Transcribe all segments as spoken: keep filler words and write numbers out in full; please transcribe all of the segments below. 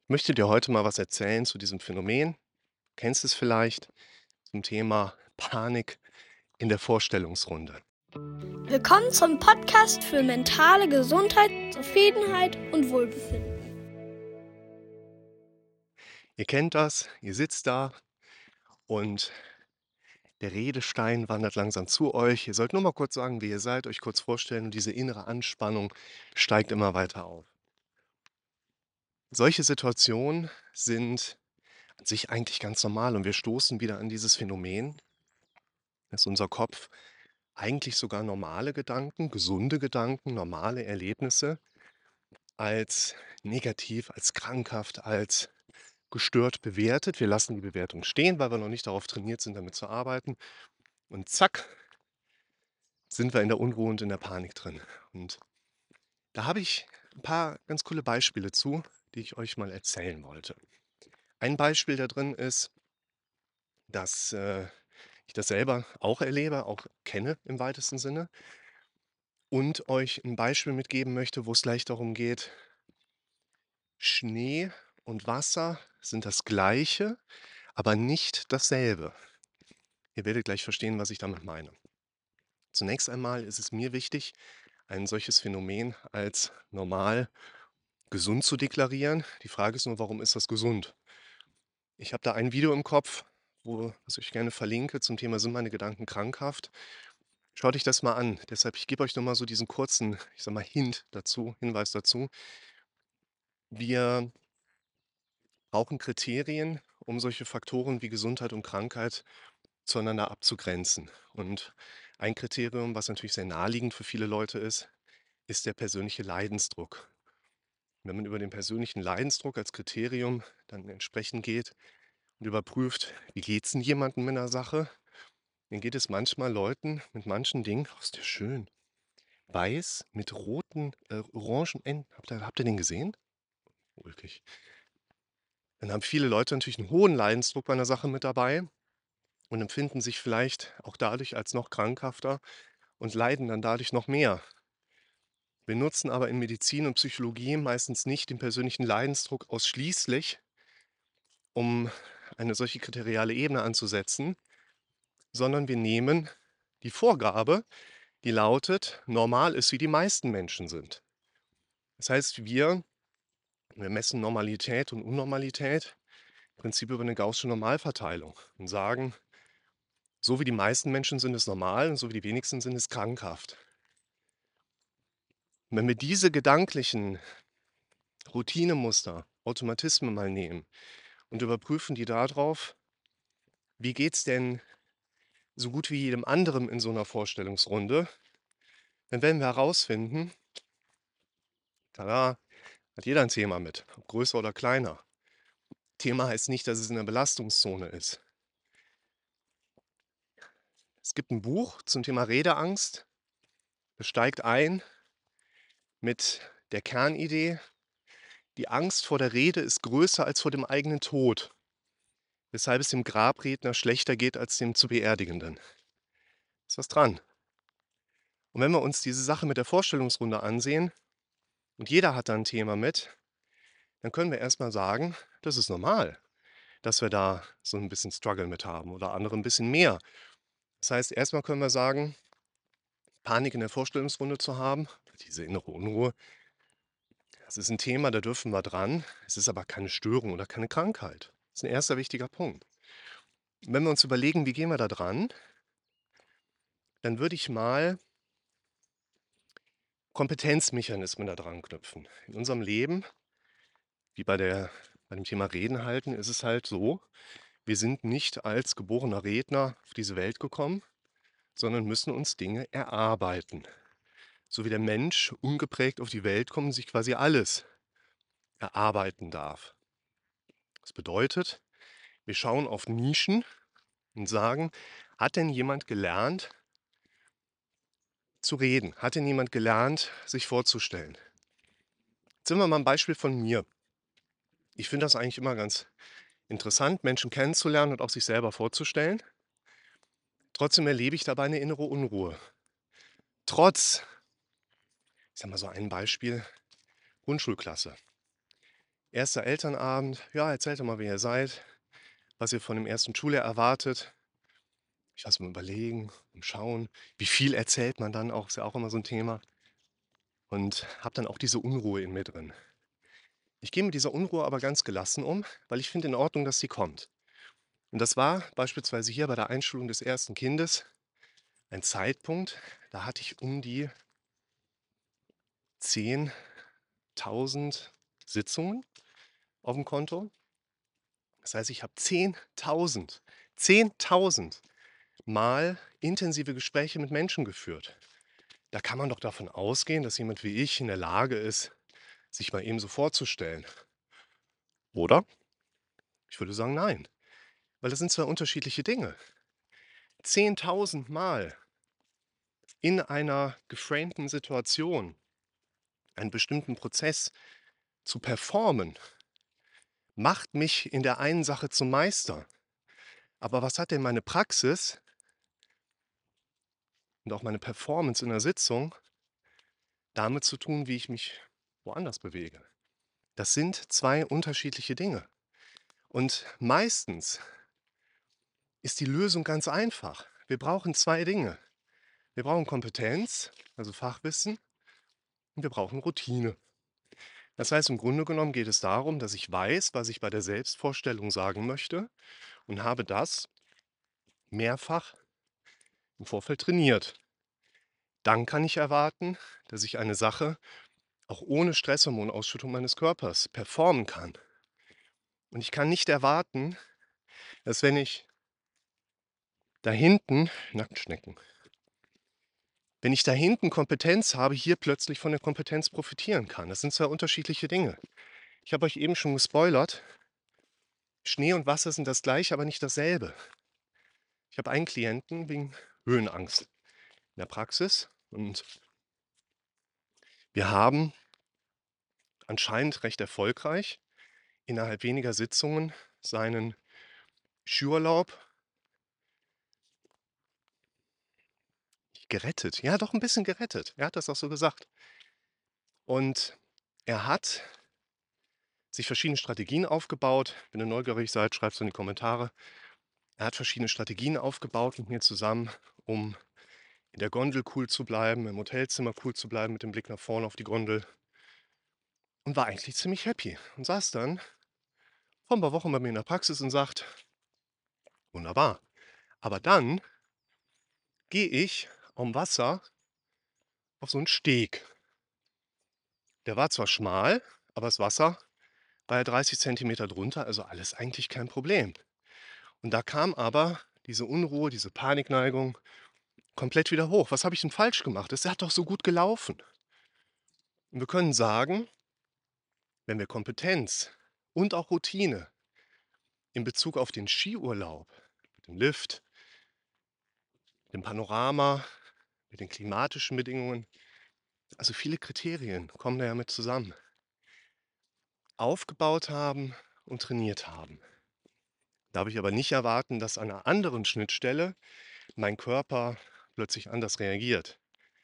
Möchte dir heute mal was erzählen zu diesem Phänomen. Kennst es vielleicht zum Thema Panik in der Vorstellungsrunde. Willkommen zum Podcast für mentale Gesundheit, Zufriedenheit und Wohlbefinden. Ihr kennt das, ihr sitzt da und der Redestein wandert langsam zu euch. Ihr sollt nur mal kurz sagen, wie ihr seid, euch kurz vorstellen und diese innere Anspannung steigt immer weiter auf. Solche Situationen sind an sich eigentlich ganz normal und wir stoßen wieder an dieses Phänomen, dass unser Kopf eigentlich sogar normale Gedanken, gesunde Gedanken, normale Erlebnisse als negativ, als krankhaft, als gestört bewertet. Wir lassen die Bewertung stehen, weil wir noch nicht darauf trainiert sind, damit zu arbeiten. Und zack, sind wir in der Unruhe und in der Panik drin. Und da habe ich ein paar ganz coole Beispiele zu, die ich euch mal erzählen wollte. Ein Beispiel da drin ist, dass äh, ich das selber auch erlebe, auch kenne im weitesten Sinne und euch ein Beispiel mitgeben möchte, wo es gleich darum geht, Schnee und Wasser sind das Gleiche, aber nicht dasselbe. Ihr werdet gleich verstehen, was ich damit meine. Zunächst einmal ist es mir wichtig, ein solches Phänomen als normal gesund zu deklarieren. Die Frage ist nur, warum ist das gesund? Ich habe da ein Video im Kopf, wo, was ich gerne verlinke zum Thema Sind meine Gedanken krankhaft? Schaut euch das mal an. Deshalb, ich gebe euch nochmal so diesen kurzen, ich sag mal, Hint dazu, Hinweis dazu. Wir brauchen Kriterien, um solche Faktoren wie Gesundheit und Krankheit zueinander abzugrenzen. Und ein Kriterium, was natürlich sehr naheliegend für viele Leute ist, ist der persönliche Leidensdruck. Wenn man über den persönlichen Leidensdruck als Kriterium dann entsprechend geht und überprüft, wie geht es denn jemandem mit einer Sache, dann geht es manchmal Leuten mit manchen Dingen, oh, ist der schön, weiß mit roten, äh, orangen Enden. Habt ihr, habt ihr den gesehen? Ulkig. Dann haben viele Leute natürlich einen hohen Leidensdruck bei einer Sache mit dabei und empfinden sich vielleicht auch dadurch als noch krankhafter und leiden dann dadurch noch mehr. Wir nutzen aber in Medizin und Psychologie meistens nicht den persönlichen Leidensdruck ausschließlich, um eine solche kriteriale Ebene anzusetzen, sondern wir nehmen die Vorgabe, die lautet, normal ist, wie die meisten Menschen sind. Das heißt, wir, wir messen Normalität und Unnormalität im Prinzip über eine gaußsche Normalverteilung und sagen, so wie die meisten Menschen sind, ist normal und so wie die wenigsten sind, ist krankhaft. Wenn wir diese gedanklichen Routinemuster, Automatismen mal nehmen und überprüfen die darauf, wie geht's denn so gut wie jedem anderen in so einer Vorstellungsrunde, dann werden wir herausfinden, tada, hat jeder ein Thema mit, ob größer oder kleiner. Thema heißt nicht, dass es in der Belastungszone ist. Es gibt ein Buch zum Thema Redeangst. Das steigt ein mit der Kernidee, die Angst vor der Rede ist größer als vor dem eigenen Tod, weshalb es dem Grabredner schlechter geht als dem zu Beerdigenden. Ist was dran. Und wenn wir uns diese Sache mit der Vorstellungsrunde ansehen und jeder hat da ein Thema mit, dann können wir erstmal sagen, das ist normal, dass wir da so ein bisschen Struggle mit haben oder andere ein bisschen mehr. Das heißt, erstmal können wir sagen, Panik in der Vorstellungsrunde zu haben, diese innere Unruhe, das ist ein Thema, da dürfen wir dran. Es ist aber keine Störung oder keine Krankheit. Das ist ein erster wichtiger Punkt. Wenn wir uns überlegen, wie gehen wir da dran, dann würde ich mal Kompetenzmechanismen da dran knüpfen. In unserem Leben, wie bei der bei dem Thema Reden halten, ist es halt so, wir sind nicht als geborener Redner auf diese Welt gekommen, sondern müssen uns Dinge erarbeiten. So wie der Mensch ungeprägt auf die Welt kommt und sich quasi alles erarbeiten darf. Das bedeutet, wir schauen auf Nischen und sagen, hat denn jemand gelernt zu reden? Hat denn jemand gelernt, sich vorzustellen? Jetzt nehmen wir mal ein Beispiel von mir. Ich finde das eigentlich immer ganz interessant, Menschen kennenzulernen und auch sich selber vorzustellen. Trotzdem erlebe ich dabei eine innere Unruhe. Trotz, ich sage mal so ein Beispiel, Grundschulklasse. Erster Elternabend: „Ja, erzählt doch mal, wer ihr seid, was ihr von dem ersten Schuljahr erwartet.“ Ich lasse mal überlegen und schauen. Wie viel erzählt man dann auch, ist ja auch immer so 'n Thema. Und habe dann auch diese Unruhe in mir drin. Ich gehe mit dieser Unruhe aber ganz gelassen um, weil ich finde in Ordnung, dass sie kommt. Und das war beispielsweise hier bei der Einschulung des ersten Kindes ein Zeitpunkt, da hatte ich um die zehntausend Sitzungen auf'm Konto. Das heißt, ich habe zehntausend, zehntausend Mal intensive Gespräche mit Menschen geführt. Da kann man doch davon ausgehen, dass jemand wie ich in der Lage ist, sich mal eben so vorzustellen. Oder? Ich würde sagen, nein, weil das sind zwei unterschiedliche Dinge. zehntausend Mal in einer geframten Situation einen bestimmten Prozess zu performen, macht mich in der einen Sache zum Meister. Aber was hat denn meine Praxis und auch meine Performance in der Sitzung damit zu tun, wie ich mich woanders bewege? Das sind zwei unterschiedliche Dinge. Und meistens ist die Lösung ganz einfach. Wir brauchen zwei Dinge. Wir brauchen Kompetenz, also Fachwissen, und wir brauchen Routine. Das heißt, im Grunde genommen geht es darum, dass ich weiß, was ich bei der Selbstvorstellung sagen möchte und habe das mehrfach im Vorfeld trainiert. Dann kann ich erwarten, dass ich eine Sache auch ohne Stresshormonausschüttung meines Körpers performen kann. Und ich kann nicht erwarten, dass wenn ich da hinten Nacktschnecken wenn ich da hinten Kompetenz habe, hier plötzlich von der Kompetenz profitieren kann. Das sind zwei unterschiedliche Dinge. Ich habe euch eben schon gespoilert, Schnee und Wasser sind das Gleiche, aber nicht dasselbe. Ich habe einen Klienten wegen Höhenangst in der Praxis und wir haben anscheinend recht erfolgreich innerhalb weniger Sitzungen seinen Skiurlaub gerettet. Ja, doch 'n bisschen gerettet. Er hat das auch so gesagt. Und er hat sich verschiedene Strategien aufgebaut. Wenn ihr neugierig seid, schreibt's in die Kommentare. Er hat verschiedene Strategien aufgebaut mit mir zusammen, um in der Gondel cool zu bleiben, im Hotelzimmer cool zu bleiben mit dem Blick nach vorne auf die Gondel. Und war eigentlich ziemlich happy und saß dann vor 'n paar Wochen bei mir in der Praxis und sagt: „Wunderbar, aber dann gehe ich am Wasser auf so 'n Steg.“ Der war zwar schmal, aber das Wasser war ja dreißig Zentimeter drunter, also alles eigentlich kein Problem. Und da kam aber diese Unruhe, diese Panikneigung komplett wieder hoch. Was habe ich denn falsch gemacht? Es hat doch so gut gelaufen. Und wir können sagen, wenn wir Kompetenz und auch Routine in Bezug auf den Skiurlaub mit dem Lift dem Panorama, mit den klimatischen Bedingungen, also viele Kriterien kommen da ja mit zusammen aufgebaut haben und trainiert haben. Darf ich aber nicht erwarten, dass an 'ner anderen Schnittstelle mein Körper plötzlich anders reagiert.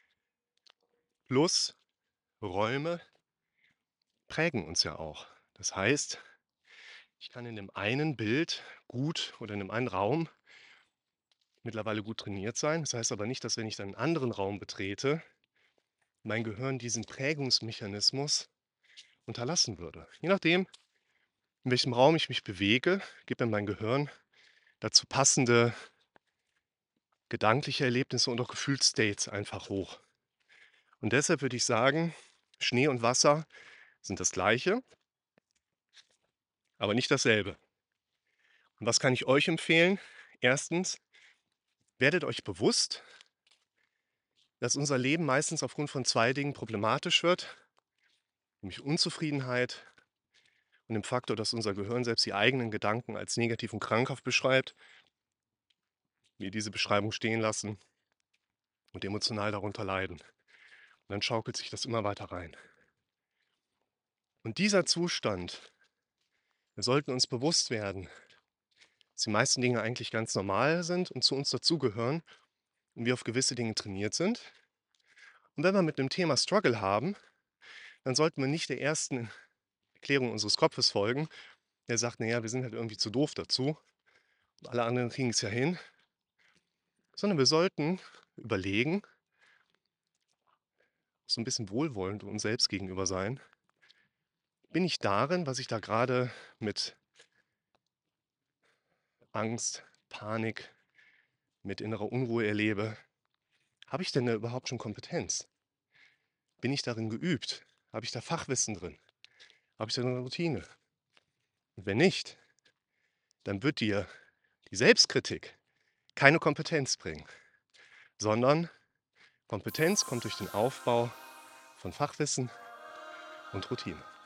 Plus Räume prägen uns ja auch. Das heißt, ich kann in dem einen Bild gut oder in dem einen Raum mittlerweile gut trainiert sein. Das heißt aber nicht, dass wenn ich dann 'n anderen Raum betrete, mein Gehirn diesen Prägungsmechanismus unterlassen würde. Je nachdem, in welchem Raum ich mich bewege, gibt mir mein Gehirn dazu passende gedankliche Erlebnisse und auch Gefühlsstates einfach hoch. Und deshalb würde ich sagen, Schnee und Wasser sind das Gleiche aber nicht dasselbe. Und was kann ich euch empfehlen? Erstens, werdet euch bewusst dass unser Leben meistens aufgrund von zwei Dingen problematisch wird, nämlich Unzufriedenheit und dem Faktor, dass unser Gehirn selbst die eigenen Gedanken als negativ und krankhaft beschreibt wir diese Beschreibung stehen lassen und emotional darunter leiden. Und dann schaukelt sich das immer weiter rein. Und dieser Zustand wir sollten uns bewusst werden, dass die meisten Dinge eigentlich ganz normal sind und zu uns dazugehören und wir auf gewisse Dinge trainiert sind. Und wenn wir mit 'nem Thema Struggle haben, dann sollten wir nicht der ersten Erklärung unseres Kopfes folgen, der sagt: „Na ja, wir sind halt irgendwie zu doof dazu und alle anderen kriegen es ja hin.“ Sondern wir sollten überlegen, so ein bisschen wohlwollend uns selbst gegenüber sein. Bin ich darin, was ich da gerade mit Angst, Panik, mit innerer Unruhe erlebe, habe ich denn da überhaupt schon Kompetenz? Bin ich darin geübt? Habe ich da Fachwissen drin? Habe ich da 'ne Routine? Und wenn nicht, dann wird dir die Selbstkritik keine Kompetenz bringen, sondern Kompetenz kommt durch den Aufbau von Fachwissen und Routine.